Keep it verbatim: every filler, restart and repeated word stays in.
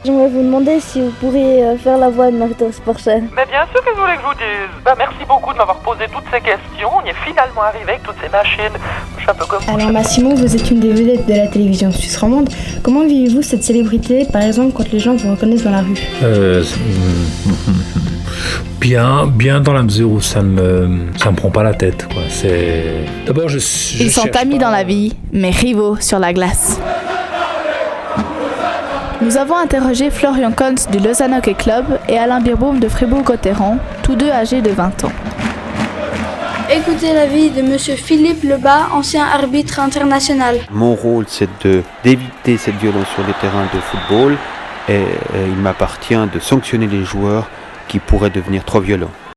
J'aimerais vous demander si vous pourriez euh, faire la voix de Marie-Thérèse Porcher. Mais bien sûr que je voulais que je vous dise. Bah, merci beaucoup de m'avoir posé toutes ces questions. On y est finalement arrivé avec toutes ces machines. Je suis un peu comme vous. Alors Massimo, vous êtes une des vedettes de la télévision suisse romande. Comment vivez-vous cette célébrité, par exemple, quand les gens vous reconnaissent dans la rue ? euh, Bien, bien dans la mesure où ça me, ça me prend pas la tête, quoi. C'est... D'abord, je, je Ils sont amis pas... dans la vie, mais rivaux sur la glace. Nous avons interrogé Florian Konz du Lausanne Hockey Club et Alain Birbaum de Fribourg-Gotteron, tous deux âgés de vingt ans. Écoutez l'avis de Monsieur Philippe Lebas, ancien arbitre international. Mon rôle, c'est de, d'éviter cette violence sur les terrains de football et, et il m'appartient de sanctionner les joueurs qui pourraient devenir trop violents.